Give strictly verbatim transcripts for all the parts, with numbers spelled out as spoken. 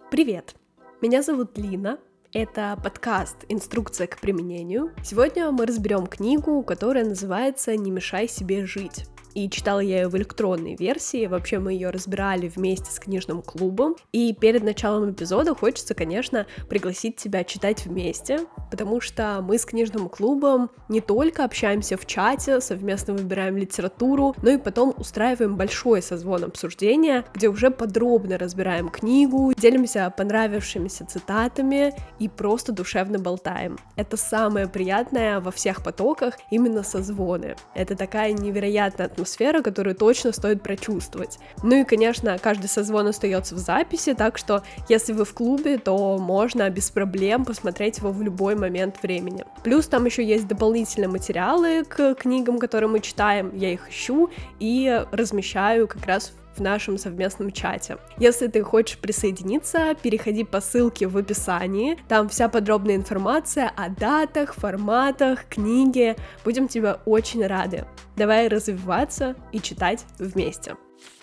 Привет! Меня зовут Лина. Это подкаст «Инструкция к применению». Сегодня мы разберем книгу, которая называется «Не мешай себе жить». И читала я ее в электронной версии, вообще мы ее разбирали вместе с книжным клубом, и перед началом эпизода хочется, конечно, пригласить тебя читать вместе, потому что мы с книжным клубом не только общаемся в чате, совместно выбираем литературу, но и потом устраиваем большой созвон обсуждения, где уже подробно разбираем книгу, делимся понравившимися цитатами и просто душевно болтаем. Это самое приятное во всех потоках, именно созвоны. Это такая невероятная атмосфера, атмосфера, которую точно стоит прочувствовать. Ну и, конечно, каждый созвон остается в записи, так что, если вы в клубе, то можно без проблем посмотреть его в любой момент времени. Плюс там еще есть дополнительные материалы к книгам, которые мы читаем, я их ищу и размещаю как раз в нашем совместном чате. Если ты хочешь присоединиться, переходи по ссылке в описании, там вся подробная информация о датах, форматах, книге, будем тебе очень рады. Давай развиваться и читать вместе.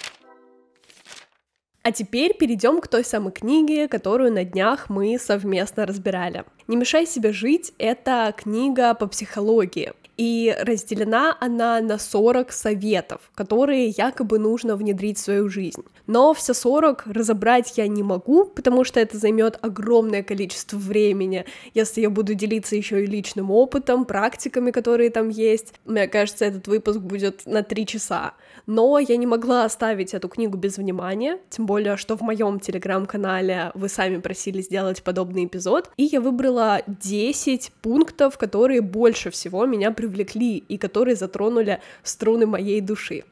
А теперь перейдем к той самой книге, которую на днях мы совместно разбирали. «Не мешай себе жить» — это книга по психологии. И разделена она на сорок советов, которые якобы нужно внедрить в свою жизнь. Но все сорок разобрать я не могу, потому что это займет огромное количество времени, если я буду делиться еще и личным опытом, практиками, которые там есть. Мне кажется, этот выпуск будет на три часа. Но я не могла оставить эту книгу без внимания, тем более, что в моем телеграм-канале вы сами просили сделать подобный эпизод, и я выбрала десять пунктов, которые больше всего меня привлекли и которые затронули струны моей души.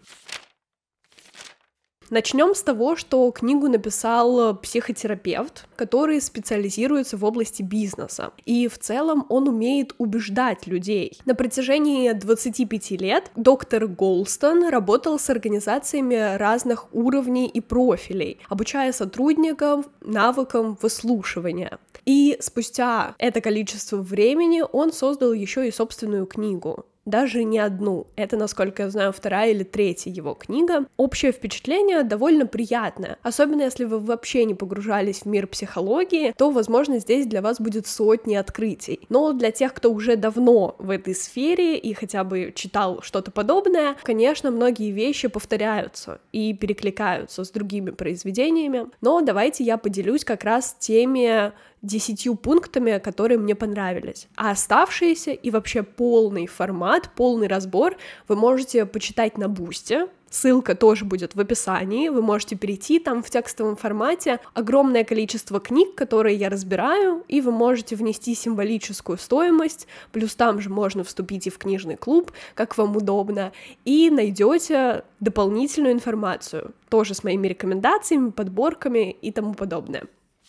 Начнем с того, что книгу написал психотерапевт, который специализируется в области бизнеса. И в целом он умеет убеждать людей. На протяжении двадцати пяти лет доктор Голстон работал с организациями разных уровней и профилей, обучая сотрудников навыкам выслушивания. И спустя это количество времени он создал еще и собственную книгу. Даже не одну. Это, насколько я знаю, вторая или третья его книга. Общее впечатление довольно приятное. Особенно если вы вообще не погружались в мир психологии, то, возможно, здесь для вас будет сотни открытий. Но для тех, кто уже давно в этой сфере и хотя бы читал что-то подобное, конечно, многие вещи повторяются и перекликаются с другими произведениями. Но давайте я поделюсь как раз теми десятью пунктами, которые мне понравились. А оставшиеся и вообще полный формат, полный разбор вы можете почитать на Бусти. Ссылка тоже будет в описании, вы можете перейти, там в текстовом формате огромное количество книг, которые я разбираю, и вы можете внести символическую стоимость, плюс там же можно вступить и в книжный клуб, как вам удобно, и найдете дополнительную информацию, тоже с моими рекомендациями, подборками и тому подобное.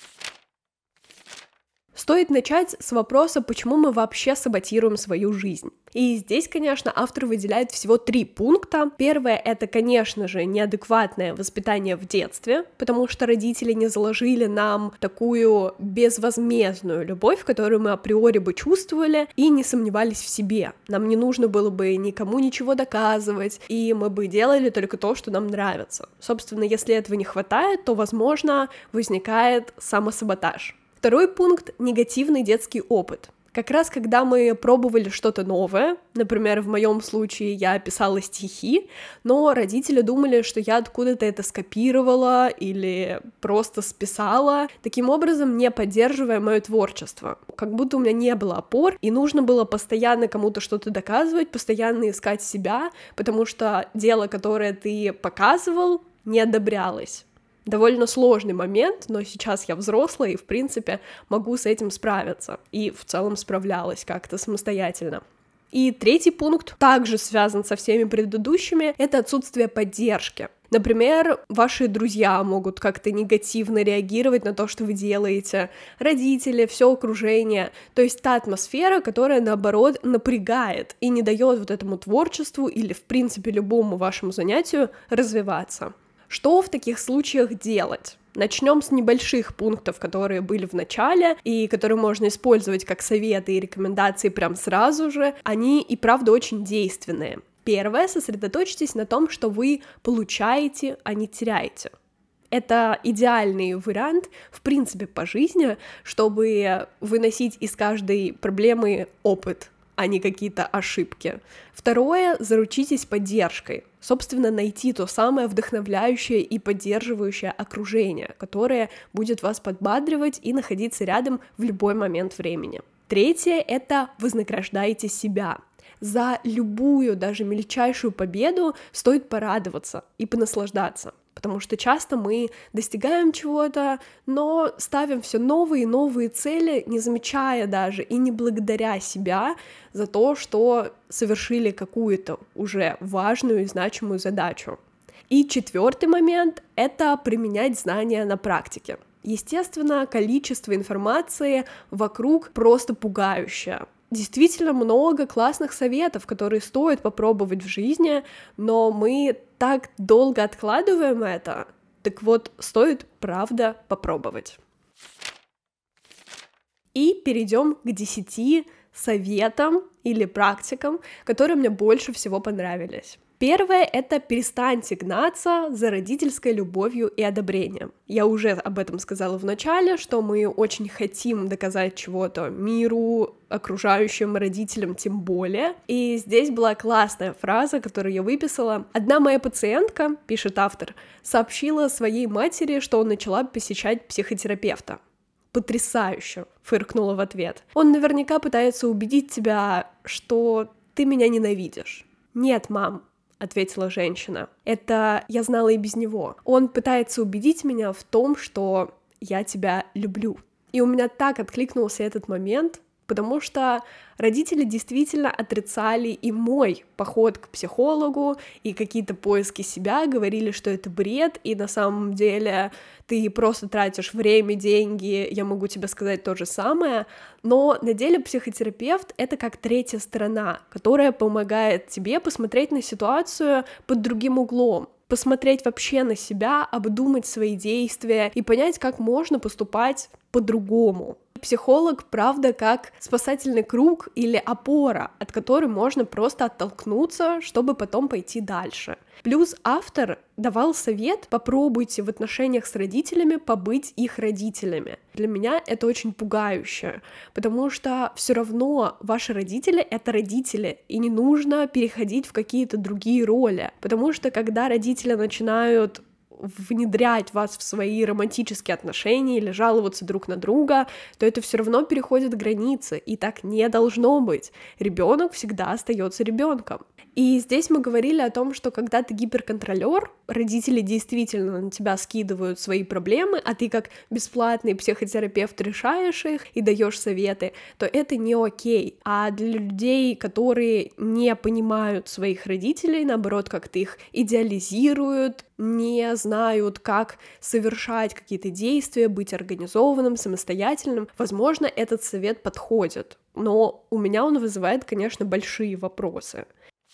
Стоит начать с вопроса, почему мы вообще саботируем свою жизнь. И здесь, конечно, автор выделяет всего три пункта. Первое — это, конечно же, неадекватное воспитание в детстве, потому что родители не заложили нам такую безвозмездную любовь, которую мы априори бы чувствовали и не сомневались в себе. Нам не нужно было бы никому ничего доказывать, и мы бы делали только то, что нам нравится. Собственно, если этого не хватает, то, возможно, возникает самосаботаж. Второй пункт — негативный детский опыт. Как раз когда мы пробовали что-то новое, например, в моем случае я писала стихи, но родители думали, что я откуда-то это скопировала или просто списала, таким образом не поддерживая мое творчество. Как будто у меня не было опор, и нужно было постоянно кому-то что-то доказывать, постоянно искать себя, потому что дело, которое ты показывал, не одобрялось. Довольно сложный момент, но сейчас я взрослая и, в принципе, могу с этим справиться. И в целом справлялась как-то самостоятельно. И третий пункт, также связан со всеми предыдущими, это отсутствие поддержки. Например, ваши друзья могут как-то негативно реагировать на то, что вы делаете, родители, все окружение, то есть та атмосфера, которая, наоборот, напрягает и не дает вот этому творчеству или, в принципе, любому вашему занятию развиваться. Что в таких случаях делать? Начнем с небольших пунктов, которые были в начале и которые можно использовать как советы и рекомендации прям сразу же. Они и правда очень действенные. Первое, сосредоточьтесь на том, что вы получаете, а не теряете. Это идеальный вариант, в принципе, по жизни, чтобы выносить из каждой проблемы опыт, а не какие-то ошибки. Второе, заручитесь поддержкой. Собственно, найти то самое вдохновляющее и поддерживающее окружение, которое будет вас подбадривать и находиться рядом в любой момент времени. Третье — это вознаграждайте себя. За любую, даже мельчайшую победу стоит порадоваться и понаслаждаться, потому что часто мы достигаем чего-то, но ставим все новые и новые цели, не замечая даже и не благодаря себя за то, что совершили какую-то уже важную и значимую задачу. И четвертый момент — это применять знания на практике. Естественно, количество информации вокруг просто пугающее. Действительно много классных советов, которые стоит попробовать в жизни, но мы так долго откладываем это. Так вот, стоит, правда, попробовать. И перейдем к десяти советам или практикам, которые мне больше всего понравились. Первое — это перестаньте гнаться за родительской любовью и одобрением. Я уже об этом сказала в начале, что мы очень хотим доказать чего-то миру, окружающим, родителям тем более. И здесь была классная фраза, которую я выписала. Одна моя пациентка, пишет автор, сообщила своей матери, что начала посещать психотерапевта. «Потрясающе!» — фыркнула в ответ. «Он наверняка пытается убедить тебя, что ты меня ненавидишь». «Нет, мам», — ответила женщина. «Это я знала и без него. Он пытается убедить меня в том, что я тебя люблю». И у меня так откликнулся этот момент, потому что родители действительно отрицали и мой поход к психологу, и какие-то поиски себя, говорили, что это бред, и на самом деле ты просто тратишь время, деньги, я могу тебе сказать то же самое, но на деле психотерапевт — это как третья сторона, которая помогает тебе посмотреть на ситуацию под другим углом, посмотреть вообще на себя, обдумать свои действия и понять, как можно поступать по-другому. Психолог, правда, как спасательный круг или опора, от которой можно просто оттолкнуться, чтобы потом пойти дальше. Плюс автор давал совет: попробуйте в отношениях с родителями побыть их родителями. Для меня это очень пугающе, потому что все равно ваши родители — это родители, и не нужно переходить в какие-то другие роли, потому что когда родители начинают внедрять вас в свои романтические отношения или жаловаться друг на друга, то это все равно переходит границы, и так не должно быть. Ребенок всегда остается ребенком. И здесь мы говорили о том, что когда ты гиперконтролер, родители действительно на тебя скидывают свои проблемы, а ты как бесплатный психотерапевт решаешь их и даешь советы, то это не окей. А для людей, которые не понимают своих родителей, наоборот, как-то их идеализируют, не знают, как совершать какие-то действия, быть организованным, самостоятельным, возможно, этот совет подходит. Но у меня он вызывает, конечно, большие вопросы.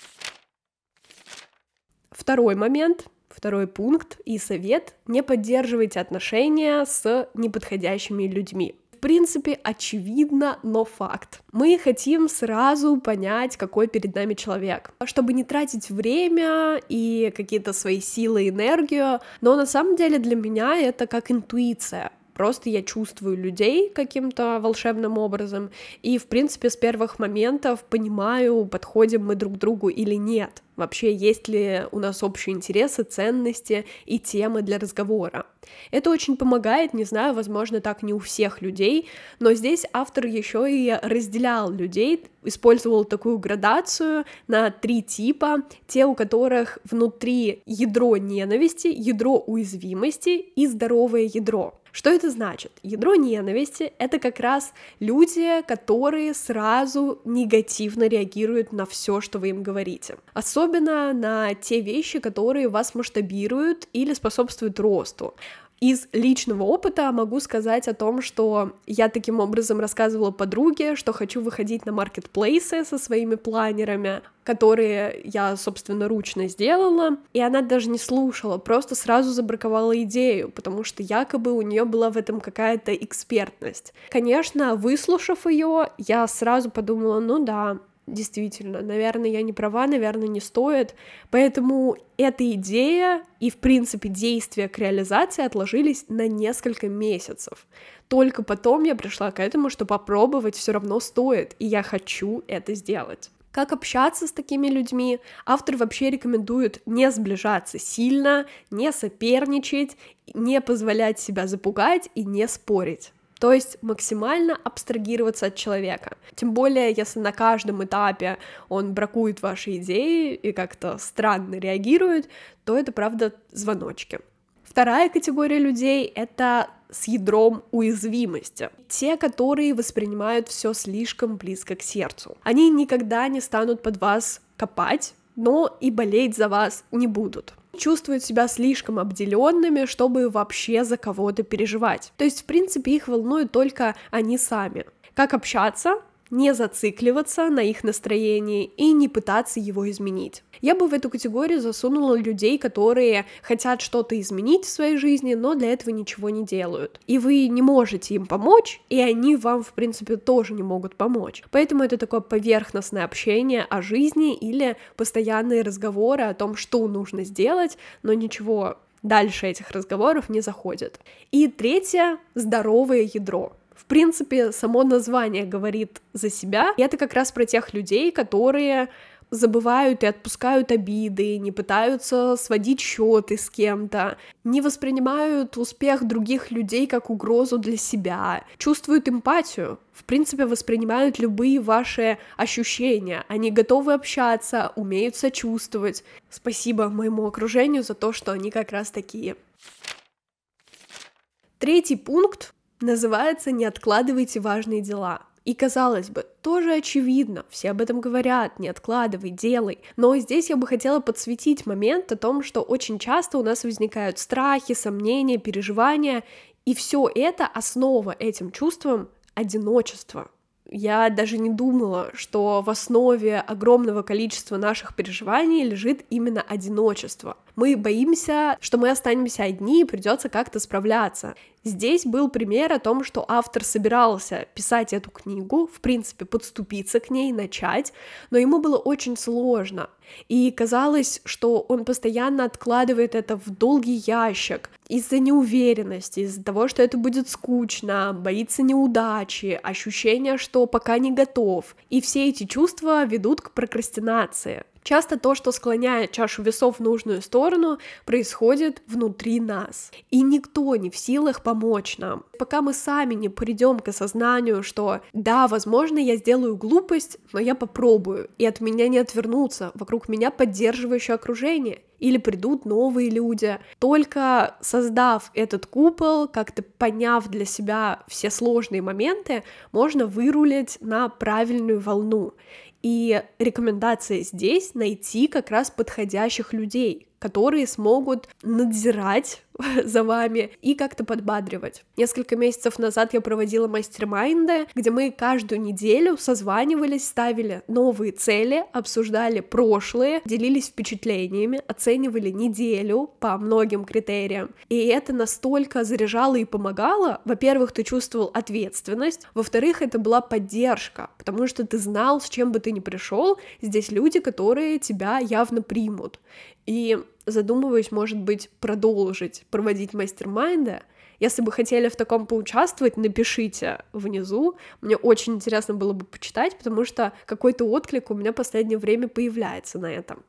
Второй момент, второй пункт и совет: не поддерживайте отношения с неподходящими людьми. В принципе, очевидно, но факт. Мы хотим сразу понять, какой перед нами человек, чтобы не тратить время и какие-то свои силы и энергию, но на самом деле для меня это как интуиция. Просто я чувствую людей каким-то волшебным образом и, в принципе, с первых моментов понимаю, подходим мы друг к другу или нет. Вообще, есть ли у нас общие интересы, ценности и темы для разговора. Это очень помогает, не знаю, возможно, так не у всех людей, но здесь автор еще и разделял людей, использовал такую градацию на три типа: те, у которых внутри ядро ненависти, ядро уязвимости и здоровое ядро. Что это значит? Ядро ненависти — это как раз люди, которые сразу негативно реагируют на все, что вы им говорите. Особенно на те вещи, которые вас масштабируют или способствуют росту. Из личного опыта могу сказать о том, что я таким образом рассказывала подруге, что хочу выходить на маркетплейсы со своими планерами, которые я собственноручно сделала, и она даже не слушала, просто сразу забраковала идею, потому что якобы у нее была в этом какая-то экспертность. Конечно, выслушав ее, я сразу подумала: ну да, действительно, наверное, я не права, наверное, не стоит. Поэтому эта идея и, в принципе, действия к реализации отложились на несколько месяцев. Только потом я пришла к этому, что попробовать все равно стоит, и я хочу это сделать. Как общаться с такими людьми? Автор вообще рекомендует не сближаться сильно, не соперничать, не позволять себя запугать и не спорить. То есть максимально абстрагироваться от человека. Тем более, если на каждом этапе он бракует ваши идеи и как-то странно реагирует, то это, правда, звоночки. Вторая категория людей — это с ядром уязвимости. Те, которые воспринимают все слишком близко к сердцу. Они никогда не станут под вас копать, но и болеть за вас не будут. Чувствуют себя слишком обделенными, чтобы вообще за кого-то переживать. То есть, в принципе, их волнуют только они сами. Как общаться? Не зацикливаться на их настроении и не пытаться его изменить. Я бы в эту категорию засунула людей, которые хотят что-то изменить в своей жизни, но для этого ничего не делают. И вы не можете им помочь, и они вам, в принципе, тоже не могут помочь. Поэтому это такое поверхностное общение о жизни или постоянные разговоры о том, что нужно сделать, но ничего дальше этих разговоров не заходит. И третье — здоровое ядро. В принципе, само название говорит за себя, и это как раз про тех людей, которые забывают и отпускают обиды, не пытаются сводить счеты с кем-то, не воспринимают успех других людей как угрозу для себя, чувствуют эмпатию, в принципе, воспринимают любые ваши ощущения, они готовы общаться, умеют сочувствовать. Спасибо моему окружению за то, что они как раз такие. Третий пункт называется «Не откладывайте важные дела». И, казалось бы, тоже очевидно, все об этом говорят, не откладывай, делай. Но здесь я бы хотела подсветить момент о том, что очень часто у нас возникают страхи, сомнения, переживания, и все это основа этим чувствам — одиночество. Я даже не думала, что в основе огромного количества наших переживаний лежит именно одиночество. Мы боимся, что мы останемся одни и придется как-то справляться. Здесь был пример о том, что автор собирался писать эту книгу, в принципе, подступиться к ней, начать, но ему было очень сложно. И казалось, что он постоянно откладывает это в долгий ящик из-за неуверенности, из-за того, что это будет скучно, боится неудачи, ощущение, что пока не готов. И все эти чувства ведут к прокрастинации. Часто то, что склоняет чашу весов в нужную сторону, происходит внутри нас. И никто не в силах помочь нам. Пока мы сами не придем к осознанию, что да, возможно, я сделаю глупость, но я попробую, и от меня не отвернутся, вокруг меня поддерживающее окружение. Или придут новые люди. Только создав этот купол, как-то поняв для себя все сложные моменты, можно вырулить на правильную волну. И рекомендация здесь — найти как раз подходящих людей, которые смогут надзирать за вами и как-то подбадривать. Несколько месяцев назад я проводила мастер-майнды, где мы каждую неделю созванивались, ставили новые цели, обсуждали прошлые, делились впечатлениями, оценивали неделю по многим критериям. И это настолько заряжало и помогало. Во-первых, ты чувствовал ответственность, во-вторых, это была поддержка, потому что ты знал, с чем бы ты ни пришел, здесь люди, которые тебя явно примут. И задумываюсь, может быть, продолжить проводить мастер-майнды. Если бы хотели в таком поучаствовать, напишите внизу. Мне очень интересно было бы почитать, потому что какой-то отклик у меня в последнее время появляется на этом.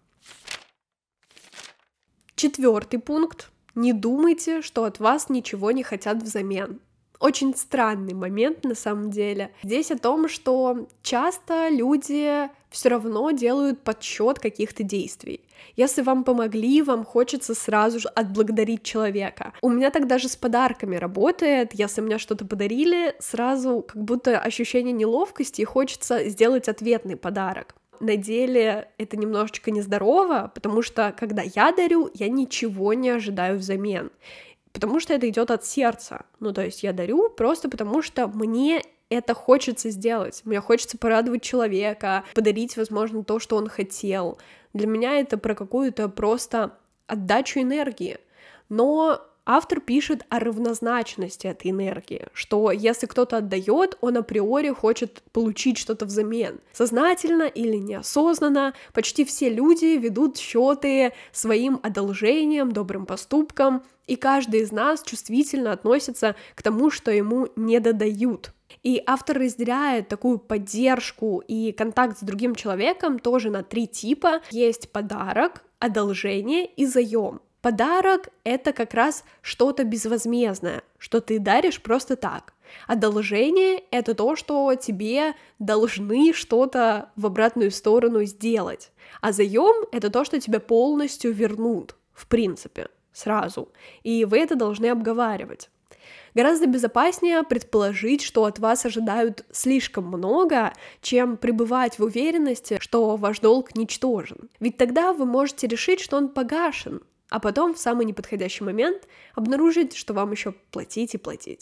Четвертый пункт. Не думайте, что от вас ничего не хотят взамен. Очень странный момент на самом деле. Здесь о том, что часто люди все равно делают подсчет каких-то действий. Если вам помогли, вам хочется сразу же отблагодарить человека. У меня так даже с подарками работает. Если мне что-то подарили, сразу как будто ощущение неловкости и хочется сделать ответный подарок. На деле это немножечко нездорово, потому что когда я дарю, я ничего не ожидаю взамен. Потому что это идет от сердца. Ну, то есть я дарю просто потому, что мне это хочется сделать. Мне хочется порадовать человека, подарить, возможно, то, что он хотел. Для меня это про какую-то просто отдачу энергии. Но Автор пишет о равнозначности этой энергии, что если кто-то отдает, он априори хочет получить что-то взамен. Сознательно или неосознанно почти все люди ведут счеты своим одолжением, добрым поступкам, и каждый из нас чувствительно относится к тому, что ему не додают. И автор разделяет такую поддержку и контакт с другим человеком тоже на три типа. Есть подарок, одолжение и заем. Подарок — это как раз что-то безвозмездное, что ты даришь просто так. Одолжение — это то, что тебе должны что-то в обратную сторону сделать. А заем — это то, что тебе полностью вернут, в принципе, сразу. И вы это должны обговаривать. Гораздо безопаснее предположить, что от вас ожидают слишком много, чем пребывать в уверенности, что ваш долг ничтожен. Ведь тогда вы можете решить, что он погашен, а потом в самый неподходящий момент обнаружить, что вам еще платить и платить.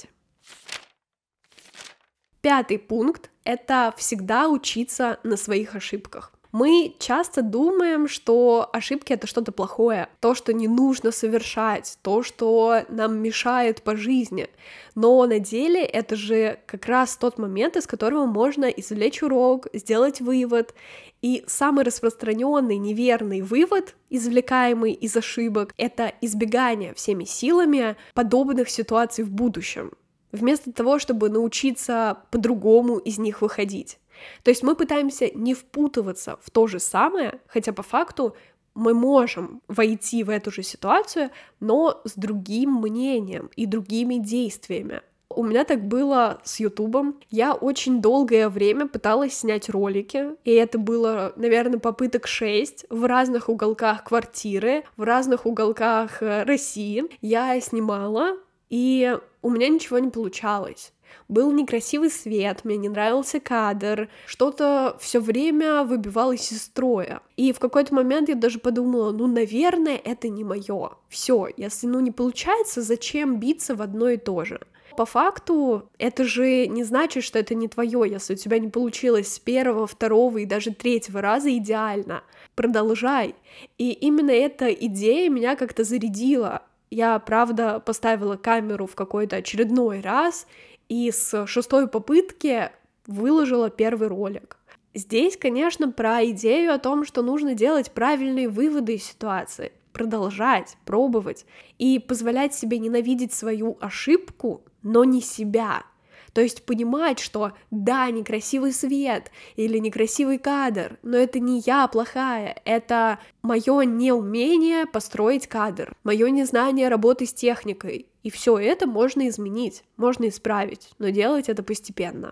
Пятый пункт — это всегда учиться на своих ошибках. Мы часто думаем, что ошибки — это что-то плохое, то, что не нужно совершать, то, что нам мешает по жизни. Но на деле это же как раз тот момент, из которого можно извлечь урок, сделать вывод. И самый распространенный неверный вывод, извлекаемый из ошибок, это избегание всеми силами подобных ситуаций в будущем, вместо того, чтобы научиться по-другому из них выходить. То есть мы пытаемся не впутываться в то же самое, хотя по факту мы можем войти в эту же ситуацию, но с другим мнением и другими действиями. У меня так было с Ютубом. Я очень долгое время пыталась снять ролики, и это было, наверное, попыток шесть в разных уголках квартиры, в разных уголках России. Я снимала, и у меня ничего не получалось. Был некрасивый свет, мне не нравился кадр, что-то все время выбивалось из строя. И в какой-то момент я даже подумала, ну, наверное, это не мое. Все, если ну не получается, зачем биться в одно и то же? По факту, это же не значит, что это не твое, если у тебя не получилось с первого, второго и даже третьего раза идеально. Продолжай. И именно эта идея меня как-то зарядила. Я, правда, поставила камеру в какой-то очередной раз и с шестой попытки выложила первый ролик. Здесь, конечно, про идею о том, что нужно делать правильные выводы из ситуации, продолжать, пробовать и позволять себе ненавидеть свою ошибку, но не себя. То есть понимать, что да, некрасивый свет или некрасивый кадр, но это не я плохая, это мое неумение построить кадр, мое незнание работы с техникой. И все это можно изменить, можно исправить, но делать это постепенно.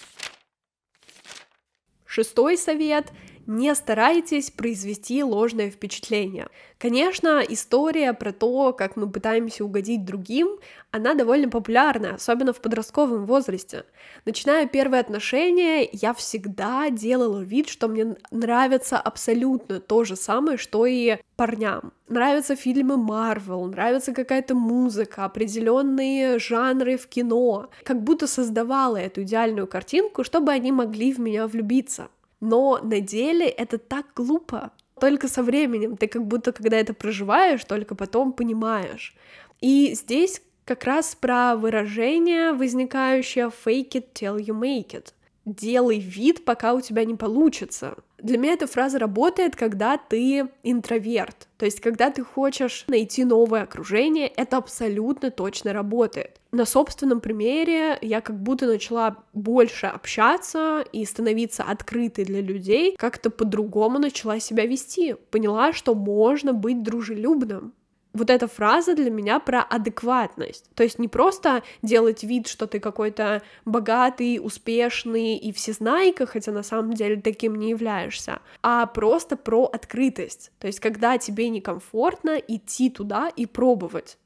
Шестой совет — не старайтесь произвести ложное впечатление. Конечно, история про то, как мы пытаемся угодить другим, она довольно популярна, особенно в подростковом возрасте. Начиная первые отношения, я всегда делала вид, что мне нравится абсолютно то же самое, что и парням. Нравятся фильмы Марвел, нравится какая-то музыка, определенные жанры в кино. Как будто создавала эту идеальную картинку, чтобы они могли в меня влюбиться. Но на деле это так глупо. Только со временем ты как будто, когда это проживаешь, только потом понимаешь. И здесь как раз про выражение, возникающее fake it till you make it. Делай вид, пока у тебя не получится. Для меня эта фраза работает, когда ты интроверт. То есть, когда ты хочешь найти новое окружение, это абсолютно точно работает. На собственном примере я как будто начала больше общаться и становиться открытой для людей, как-то по-другому начала себя вести. Поняла, что можно быть дружелюбным. Вот эта фраза для меня про адекватность. То есть не просто делать вид, что ты какой-то богатый, успешный и всезнайка, хотя на самом деле таким не являешься, а просто про открытость. То есть когда тебе некомфортно идти туда и пробовать.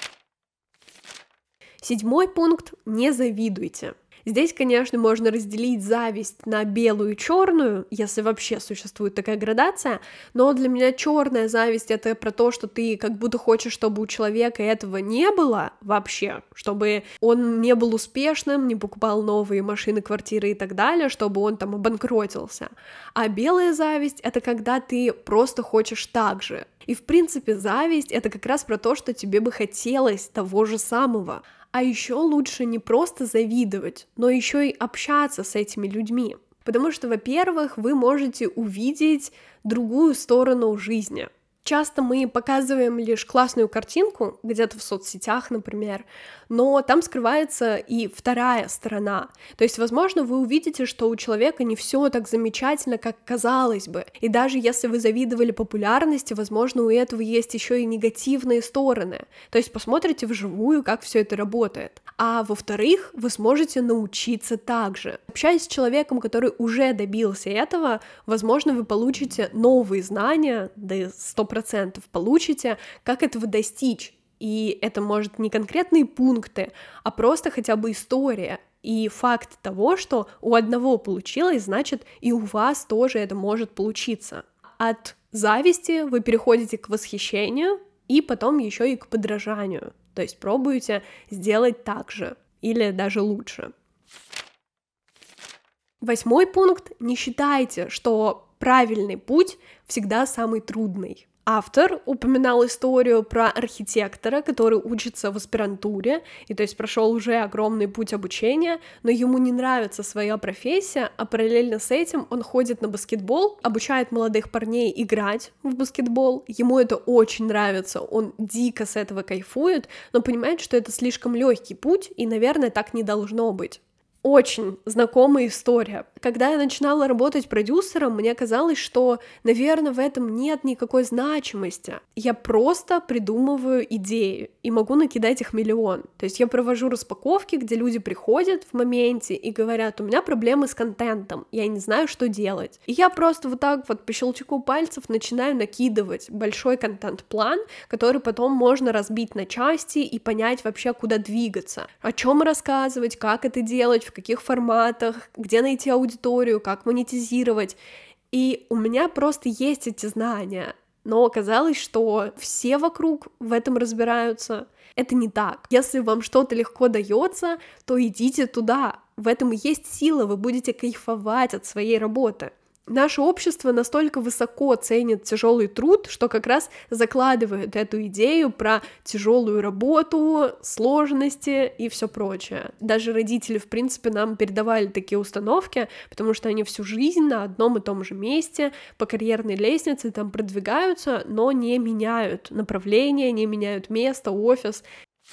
Седьмой пункт — не завидуйте. Здесь, конечно, можно разделить зависть на белую и черную, если вообще существует такая градация, но для меня черная зависть — это про то, что ты как будто хочешь, чтобы у человека этого не было вообще, чтобы он не был успешным, не покупал новые машины, квартиры и так далее, чтобы он там обанкротился. А белая зависть — это когда ты просто хочешь так же, И, в принципе, зависть — это как раз про то, что тебе бы хотелось того же самого. А еще лучше не просто завидовать, но еще и общаться с этими людьми. Потому что, во-первых, вы можете увидеть другую сторону жизни. Часто мы показываем лишь классную картинку, где-то в соцсетях, например, но там скрывается и вторая сторона. То есть, возможно, вы увидите, что у человека не все так замечательно, как казалось бы. И даже если вы завидовали популярности, возможно, у этого есть еще и негативные стороны. То есть посмотрите вживую, как все это работает. А во-вторых, вы сможете научиться также. Общаясь с человеком, который уже добился этого, возможно, вы получите новые знания, да и сто процентов получите, как этого достичь. И это может не конкретные пункты, а просто хотя бы история. И факт того, что у одного получилось, значит, и у вас тоже это может получиться. От зависти вы переходите к восхищению и потом еще и к подражанию. То есть пробуете сделать так же или даже лучше. Восьмой пункт. Не считайте, что правильный путь всегда самый трудный. Автор упоминал историю про архитектора, который учится в аспирантуре, и то есть прошел уже огромный путь обучения, но ему не нравится своя профессия, а параллельно с этим он ходит на баскетбол, обучает молодых парней играть в баскетбол, ему это очень нравится, он дико с этого кайфует, но понимает, что это слишком легкий путь, и, наверное, так не должно быть. Очень знакомая история. Когда я начинала работать продюсером, мне казалось, что, наверное, в этом нет никакой значимости. Я просто придумываю идеи и могу накидать их миллион. То есть я провожу распаковки, где люди приходят в моменте и говорят: у меня проблемы с контентом, я не знаю, что делать. И я просто вот так вот по щелчку пальцев начинаю накидывать большой контент-план, который потом можно разбить на части и понять вообще, куда двигаться, о чем рассказывать, как это делать, в каких форматах, где найти аудиторию, как монетизировать. И у меня просто есть эти знания, но оказалось, что все вокруг в этом разбираются. Это не так. Если вам что-то легко дается, то идите туда. В этом и есть сила, вы будете кайфовать от своей работы. Наше общество настолько высоко ценит тяжелый труд, что как раз закладывает эту идею про тяжелую работу, сложности и все прочее. Даже родители, в принципе, нам передавали такие установки, потому что они всю жизнь на одном и том же месте по карьерной лестнице там продвигаются, но не меняют направление, не меняют место, офис.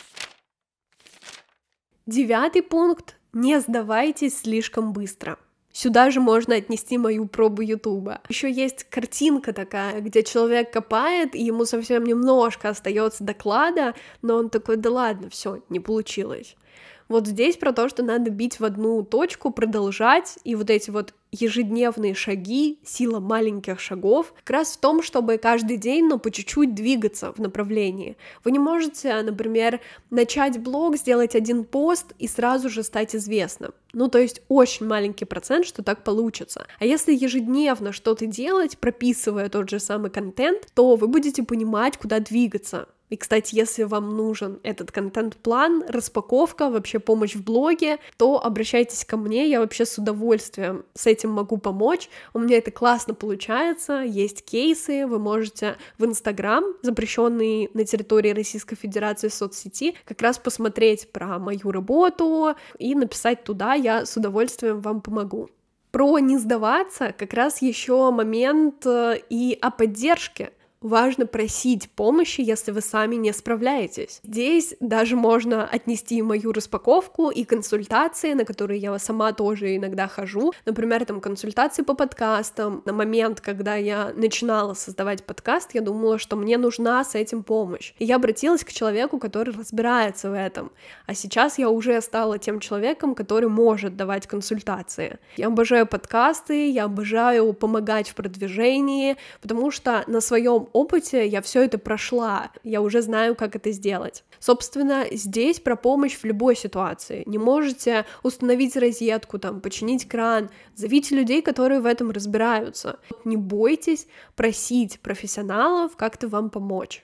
Девятый пункт. Не сдавайтесь слишком быстро. Сюда же можно отнести мою пробу Ютуба. Еще есть картинка такая, где человек копает, и ему совсем немножко остается доклада, но он такой: да ладно, все, не получилось. Вот здесь про то, что надо бить в одну точку, продолжать, и вот эти вот ежедневные шаги, сила маленьких шагов, как раз в том, чтобы каждый день, но по чуть-чуть двигаться в направлении. Вы не можете, например, начать блог, сделать один пост и сразу же стать известным. Ну, то есть очень маленький процент, что так получится. А если ежедневно что-то делать, прописывая тот же самый контент, то вы будете понимать, куда двигаться. И, кстати, если вам нужен этот контент-план, распаковка, вообще помощь в блоге, то обращайтесь ко мне, я вообще с удовольствием с этим могу помочь. У меня это классно получается, есть кейсы, вы можете в Инстаграм, запрещенный на территории Российской Федерации соцсети, как раз посмотреть про мою работу и написать туда, я с удовольствием вам помогу. Про не сдаваться как раз еще момент и о поддержке. Важно просить помощи, если вы сами не справляетесь. Здесь даже можно отнести мою распаковку и консультации, на которые я сама тоже иногда хожу. Например, там консультации по подкастам. На момент, когда я начинала создавать подкаст, я думала, что мне нужна с этим помощь. И я обратилась к человеку, который разбирается в этом. А сейчас я уже стала тем человеком, который может давать консультации. Я обожаю подкасты, я обожаю помогать в продвижении, потому что на своем опыте я все это прошла, я уже знаю, как это сделать. Собственно, здесь про помощь в любой ситуации. Не можете установить розетку, там, починить кран, зовите людей, которые в этом разбираются. Не бойтесь просить профессионалов как-то вам помочь.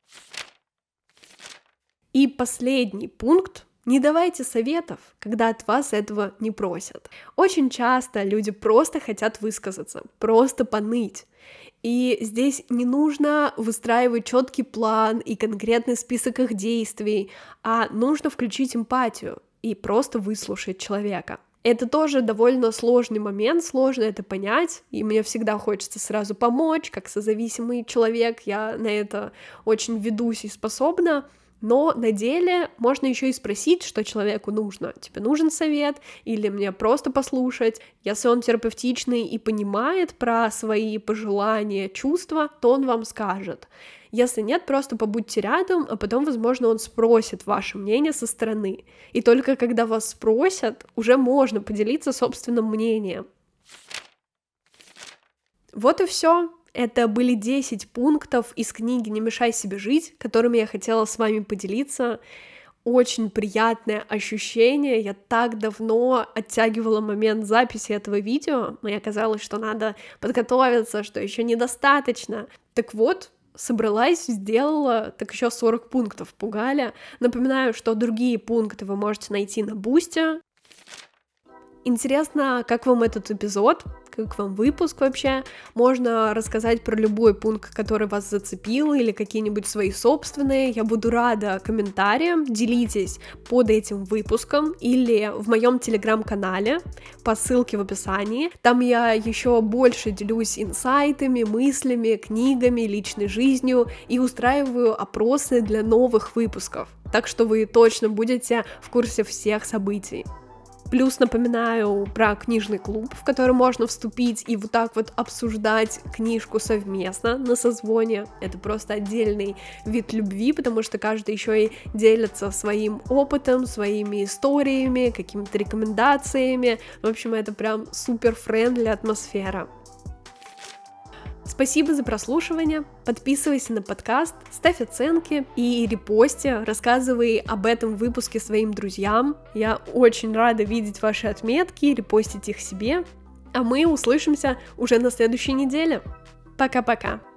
И последний пункт. Не давайте советов, когда от вас этого не просят. Очень часто люди просто хотят высказаться, просто поныть. И здесь не нужно выстраивать четкий план и конкретный список их действий, а нужно включить эмпатию и просто выслушать человека. Это тоже довольно сложный момент, сложно это понять, и мне всегда хочется сразу помочь, как созависимый человек, я на это очень ведусь и способна, но на деле можно еще и спросить, что человеку нужно. Тебе нужен совет или мне просто послушать? Если он терапевтичный и понимает про свои пожелания, чувства, то он вам скажет. Если нет, просто побудьте рядом, а потом, возможно, он спросит ваше мнение со стороны. И только когда вас спросят, уже можно поделиться собственным мнением. Вот и все. Это были десять пунктов из книги «Не мешай себе жить», которыми я хотела с вами поделиться. Очень приятное ощущение. Я так давно оттягивала момент записи этого видео. Мне казалось, что надо подготовиться, что еще недостаточно. Так вот, собралась, сделала, так еще сорок пунктов пугали. Напоминаю, что другие пункты вы можете найти на Бусте. Интересно, как вам этот эпизод, как вам выпуск вообще? Можно рассказать про любой пункт, который вас зацепил, или какие-нибудь свои собственные. Я буду рада комментариям, делитесь под этим выпуском или в моем телеграм-канале по ссылке в описании. Там я еще больше делюсь инсайтами, мыслями, книгами, личной жизнью и устраиваю опросы для новых выпусков. Так что вы точно будете в курсе всех событий. Плюс напоминаю про книжный клуб, в который можно вступить и вот так вот обсуждать книжку совместно на созвоне. Это просто отдельный вид любви, потому что каждый еще и делится своим опытом, своими историями, какими-то рекомендациями. В общем, это прям супер-френдли атмосфера. Спасибо за прослушивание, подписывайся на подкаст, ставь оценки и репости, рассказывай об этом выпуске своим друзьям. Я очень рада видеть ваши отметки, репостить их себе. А мы услышимся уже на следующей неделе. Пока-пока!